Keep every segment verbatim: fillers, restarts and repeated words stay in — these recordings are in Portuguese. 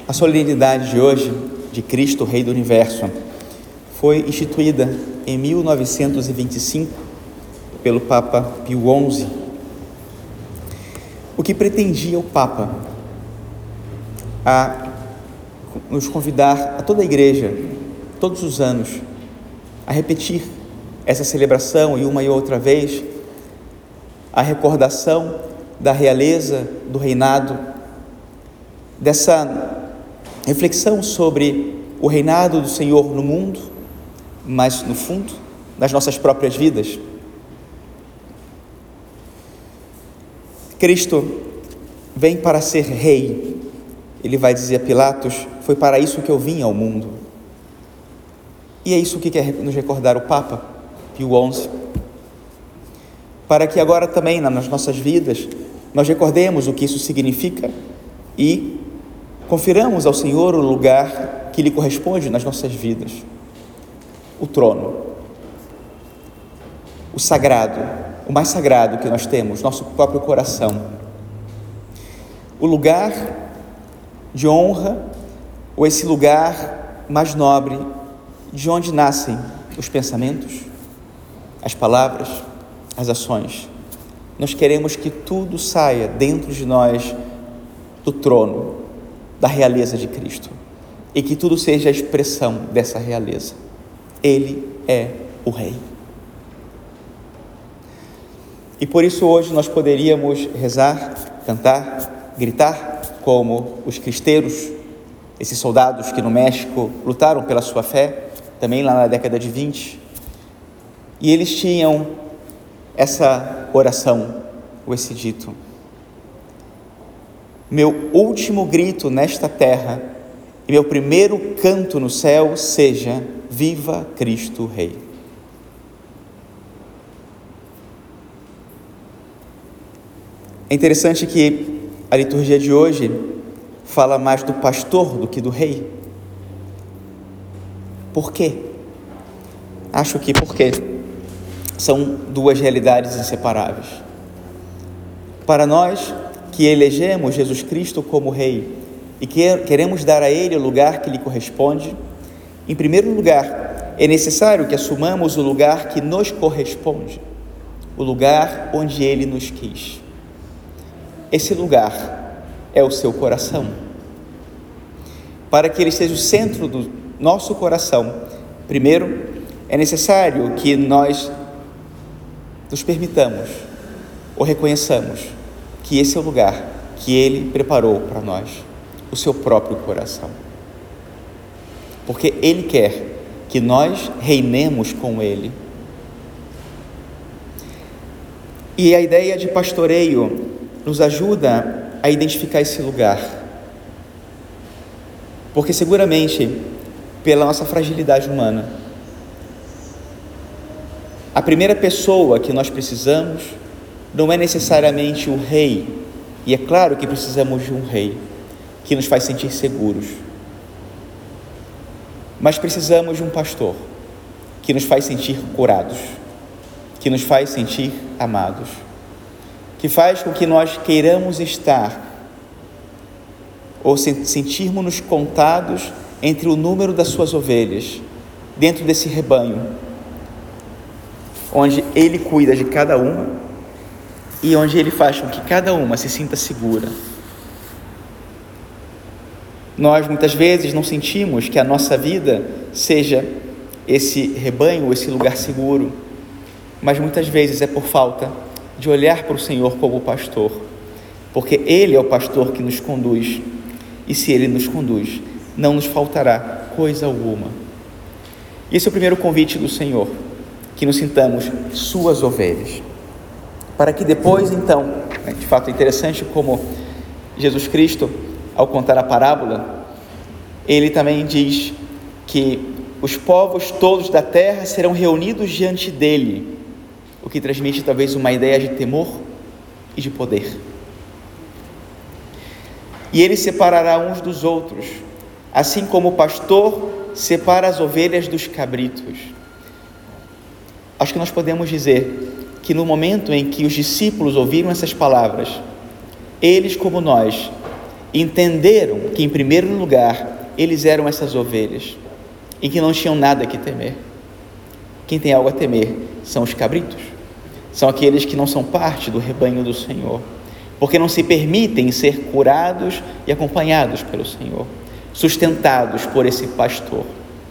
A solenidade de hoje, de Cristo, Rei do Universo, foi instituída em mil novecentos e vinte e cinco pelo Papa Pio onze. O que pretendia o Papa? A nos convidar a toda a Igreja, todos os anos, a repetir essa celebração e uma e outra vez a recordação da realeza, do reinado, dessa reflexão sobre o reinado do Senhor no mundo, mas no fundo, nas nossas próprias vidas. Cristo vem para ser rei. Ele vai dizer a Pilatos: foi para isso que eu vim ao mundo. E é isso que quer nos recordar o Papa Pio onze, para que agora também nas nossas vidas nós recordemos o que isso significa e confiramos ao Senhor o lugar que lhe corresponde nas nossas vidas, o trono, o sagrado, o mais sagrado que nós temos, nosso próprio coração, o lugar de honra, ou esse lugar mais nobre, de onde nascem os pensamentos, as palavras, as ações. Nós queremos que tudo saia dentro de nós do trono, da realeza de Cristo, e que tudo seja a expressão dessa realeza. Ele é o Rei. E por isso hoje nós poderíamos rezar, cantar, gritar, como os cristeiros, esses soldados que no México lutaram pela sua fé, também lá na década de vinte, e eles tinham essa oração, ou esse dito: meu último grito nesta terra e meu primeiro canto no céu seja: viva Cristo Rei. É interessante que a liturgia de hoje fala mais do pastor do que do rei. Por quê? Acho que porque são duas realidades inseparáveis. Para nós que elegemos Jesus Cristo como Rei e que queremos dar a Ele o lugar que lhe corresponde, em primeiro lugar, é necessário que assumamos o lugar que nos corresponde, o lugar onde Ele nos quis. Esse lugar é o seu coração. Para que Ele seja o centro do nosso coração, primeiro, é necessário que nós nos permitamos ou reconheçamos que esse é o lugar que Ele preparou para nós, o seu próprio coração. Porque Ele quer que nós reinemos com Ele. E a ideia de pastoreio nos ajuda a identificar esse lugar, porque seguramente, pela nossa fragilidade humana, a primeira pessoa que nós precisamos não é necessariamente o rei, e é claro que precisamos de um rei que nos faz sentir seguros, mas precisamos de um pastor que nos faz sentir curados, que nos faz sentir amados, que faz com que nós queiramos estar ou sentirmos-nos contados entre o número das suas ovelhas, dentro desse rebanho, onde Ele cuida de cada uma e onde Ele faz com que cada uma se sinta segura. Nós muitas vezes não sentimos que a nossa vida seja esse rebanho, esse lugar seguro, mas muitas vezes é por falta de olhar para o Senhor como pastor, porque Ele é o pastor que nos conduz, e se Ele nos conduz, não nos faltará coisa alguma. Esse é o primeiro convite do Senhor, que nos sintamos suas ovelhas, para que depois então, de fato é interessante como Jesus Cristo, ao contar a parábola, Ele também diz que os povos todos da terra serão reunidos diante dEle, o que transmite talvez uma ideia de temor e de poder. E Ele separará uns dos outros, assim como o pastor separa as ovelhas dos cabritos. Acho que nós podemos dizer que no momento em que os discípulos ouviram essas palavras, eles como nós entenderam que, em primeiro lugar, eles eram essas ovelhas e que não tinham nada que temer. Quem tem algo a temer são os cabritos, são aqueles que não são parte do rebanho do Senhor, porque não se permitem ser curados e acompanhados pelo Senhor, sustentados por esse pastor.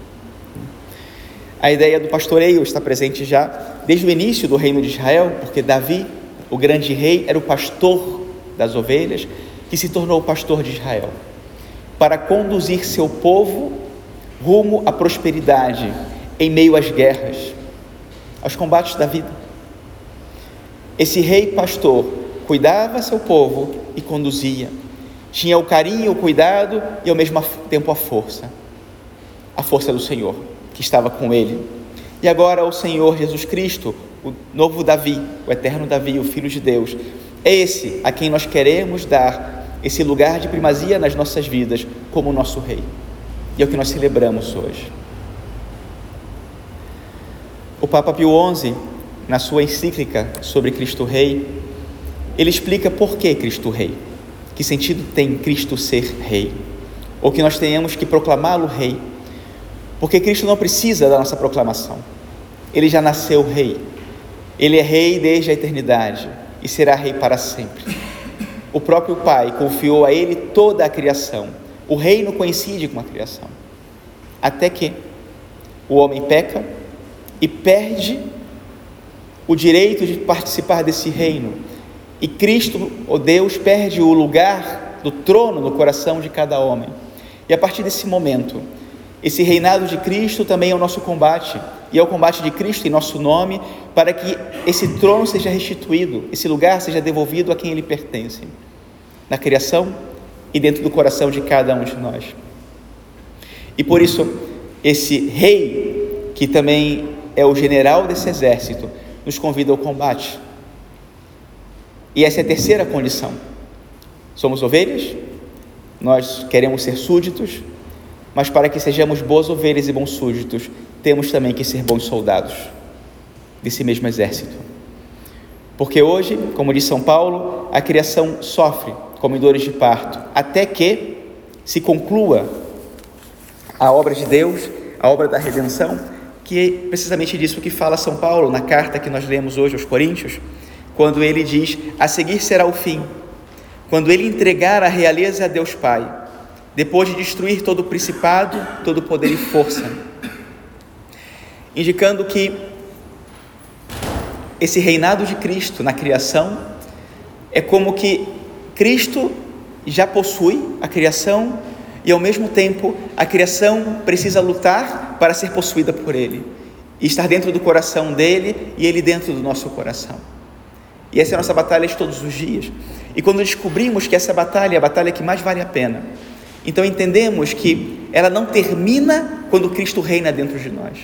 A ideia do pastoreio está presente já desde o início do reino de Israel, porque Davi, o grande rei, era o pastor das ovelhas, que se tornou o pastor de Israel, para conduzir seu povo rumo à prosperidade em meio às guerras, aos combates da vida. Esse rei pastor cuidava seu povo e conduzia, tinha o carinho, o cuidado e ao mesmo tempo a força, a força do Senhor que estava com ele. E agora o Senhor Jesus Cristo, o novo Davi, o eterno Davi, o Filho de Deus, é esse a quem nós queremos dar esse lugar de primazia nas nossas vidas como nosso rei. E é o que nós celebramos hoje. O Papa Pio onze, na sua encíclica sobre Cristo Rei, ele explica por que Cristo Rei, que sentido tem Cristo ser Rei, ou que nós tenhamos que proclamá-lo Rei, porque Cristo não precisa da nossa proclamação, ele já nasceu Rei, ele é Rei desde a eternidade e será Rei para sempre. O próprio Pai confiou a ele toda a criação, o reino coincide com a criação, até que o homem peca e perde o direito de participar desse reino, e Cristo, o Deus, perde o lugar do trono no coração de cada homem. E a partir desse momento, esse reinado de Cristo também é o nosso combate, e é o combate de Cristo em nosso nome, para que esse trono seja restituído, esse lugar seja devolvido a quem ele pertence, na criação e dentro do coração de cada um de nós. E por isso, esse rei, que também é o general desse exército, nos convida ao combate. E essa é a terceira condição. Somos ovelhas, nós queremos ser súditos, mas para que sejamos boas ovelhas e bons súditos, temos também que ser bons soldados desse mesmo exército. Porque hoje, como diz São Paulo, a criação sofre como em dores de parto, até que se conclua a obra de Deus, a obra da redenção, que é precisamente disso que fala São Paulo na carta que nós lemos hoje aos Coríntios, quando ele diz: a seguir será o fim, quando ele entregar a realeza a Deus Pai, depois de destruir todo o principado, todo o poder e força, indicando que esse reinado de Cristo na criação é como que Cristo já possui a criação e ao mesmo tempo a criação precisa lutar para ser possuída por Ele e estar dentro do coração dele e Ele dentro do nosso coração. E essa é a nossa batalha de todos os dias. E quando descobrimos que essa batalha é a batalha que mais vale a pena, então entendemos que ela não termina quando Cristo reina dentro de nós.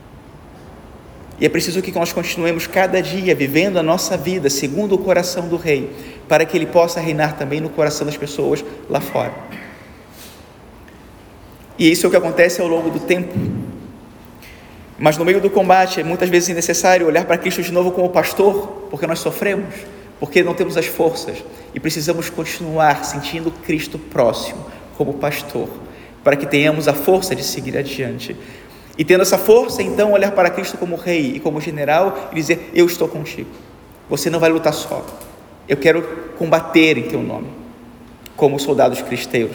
E é preciso que nós continuemos cada dia vivendo a nossa vida segundo o coração do Rei, para que Ele possa reinar também no coração das pessoas lá fora. E isso é o que acontece ao longo do tempo. Mas no meio do combate é muitas vezes necessário olhar para Cristo de novo como pastor, porque nós sofremos, porque não temos as forças e precisamos continuar sentindo Cristo próximo como pastor, para que tenhamos a força de seguir adiante. E tendo essa força, então, olhar para Cristo como rei e como general e dizer: eu estou contigo, você não vai lutar só, eu quero combater em teu nome, como soldados cristãos.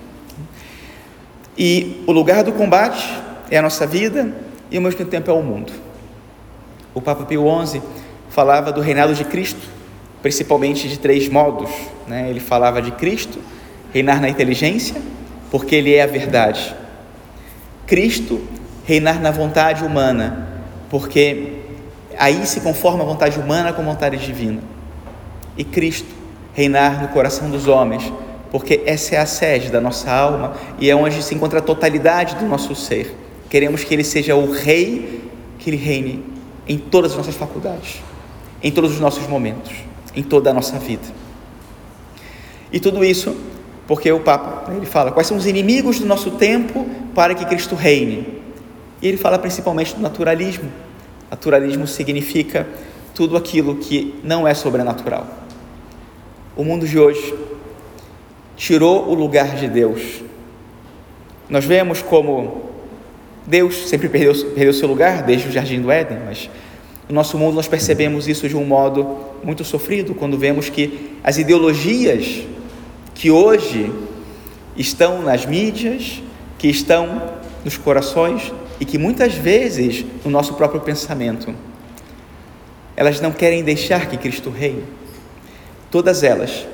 E o lugar do combate é a nossa vida e ao mesmo tempo é o mundo. O Papa Pio onze falava do reinado de Cristo, principalmente de três modos, né? Ele falava de Cristo reinar na inteligência, porque Ele é a verdade. Cristo reinar na vontade humana, porque aí se conforma a vontade humana com a vontade divina. E Cristo reinar no coração dos homens, porque essa é a sede da nossa alma e é onde se encontra a totalidade do nosso ser. Queremos que Ele seja o Rei, que Ele reine em todas as nossas faculdades, em todos os nossos momentos, em toda a nossa vida. E tudo isso porque o Papa, ele fala quais são os inimigos do nosso tempo para que Cristo reine. E ele fala principalmente do naturalismo. Naturalismo significa tudo aquilo que não é sobrenatural. O mundo de hoje tirou o lugar de Deus. Nós vemos como Deus sempre perdeu, perdeu seu lugar desde o Jardim do Éden, mas no nosso mundo nós percebemos isso de um modo muito sofrido, quando vemos que as ideologias que hoje estão nas mídias, que estão nos corações e que muitas vezes no nosso próprio pensamento, elas não querem deixar que Cristo reine. Todas elas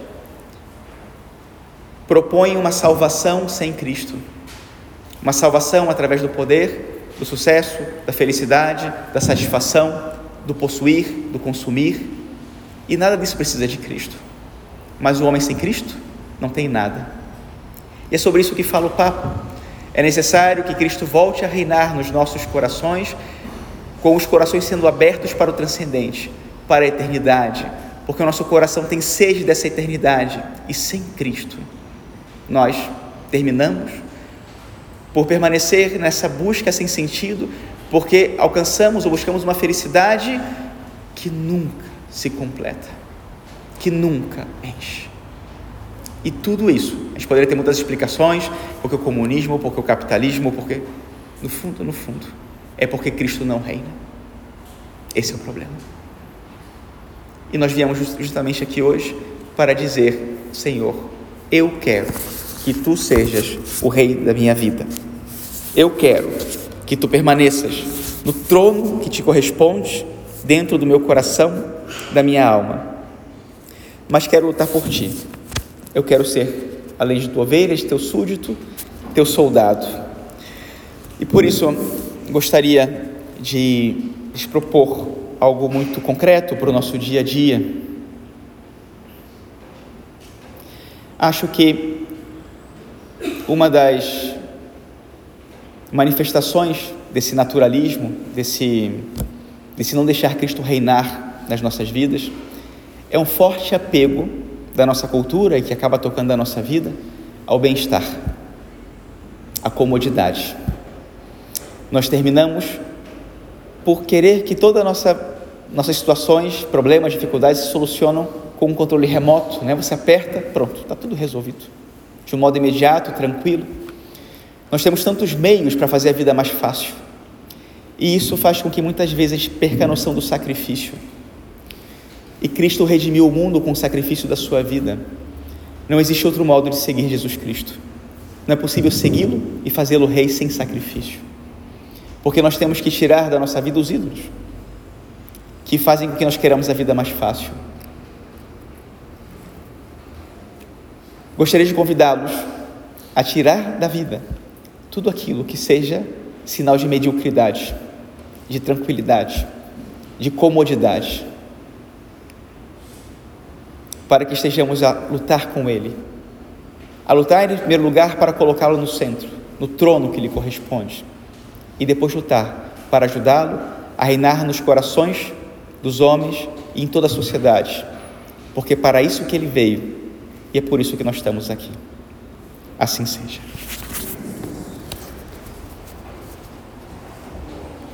propõem uma salvação sem Cristo, uma salvação através do poder, do sucesso, da felicidade, da satisfação, do possuir, do consumir, e nada disso precisa de Cristo. Mas o homem sem Cristo não tem nada. E é sobre isso que fala o Papa. É necessário que Cristo volte a reinar nos nossos corações, com os corações sendo abertos para o transcendente, para a eternidade, porque o nosso coração tem sede dessa eternidade, e sem Cristo nós terminamos por permanecer nessa busca sem sentido, porque alcançamos ou buscamos uma felicidade que nunca se completa, que nunca enche. E tudo isso, a gente poderia ter muitas explicações, porque o comunismo, porque o capitalismo, porque, no fundo, no fundo, é porque Cristo não reina. Esse é o problema. E nós viemos justamente aqui hoje para dizer: Senhor, eu quero que Tu sejas o Rei da minha vida. Eu quero que Tu permaneças no trono que Te corresponde, dentro do meu coração, da minha alma. Mas quero lutar por Ti. Eu quero ser, além de Tua ovelha, de Teu súdito, Teu soldado. E por isso gostaria de lhes propor algo muito concreto para o nosso dia a dia. Acho que uma das manifestações desse naturalismo, desse, desse não deixar Cristo reinar nas nossas vidas, é um forte apego da nossa cultura e que acaba tocando a nossa vida ao bem-estar, à comodidade. Nós terminamos por querer que toda a nossa nossas situações, problemas, dificuldades se solucionam com um controle remoto, né? Você aperta, pronto, está tudo resolvido, de um modo imediato, tranquilo. Nós temos tantos meios para fazer a vida mais fácil, e isso faz com que muitas vezes a gente perca a noção do sacrifício. E Cristo redimiu o mundo com o sacrifício da sua vida. Não existe outro modo de seguir Jesus Cristo. Não é possível segui-lo e fazê-lo rei sem sacrifício, porque nós temos que tirar da nossa vida os ídolos que fazem com que nós queiramos a vida mais fácil. Gostaria de convidá-los a tirar da vida tudo aquilo que seja sinal de mediocridade, de tranquilidade, de comodidade, para que estejamos a lutar com Ele, a lutar em primeiro lugar para colocá-lo no centro, no trono que lhe corresponde, e depois lutar para ajudá-lo a reinar nos corações dos homens e em toda a sociedade, porque para isso que Ele veio, e é por isso que nós estamos aqui. Assim seja.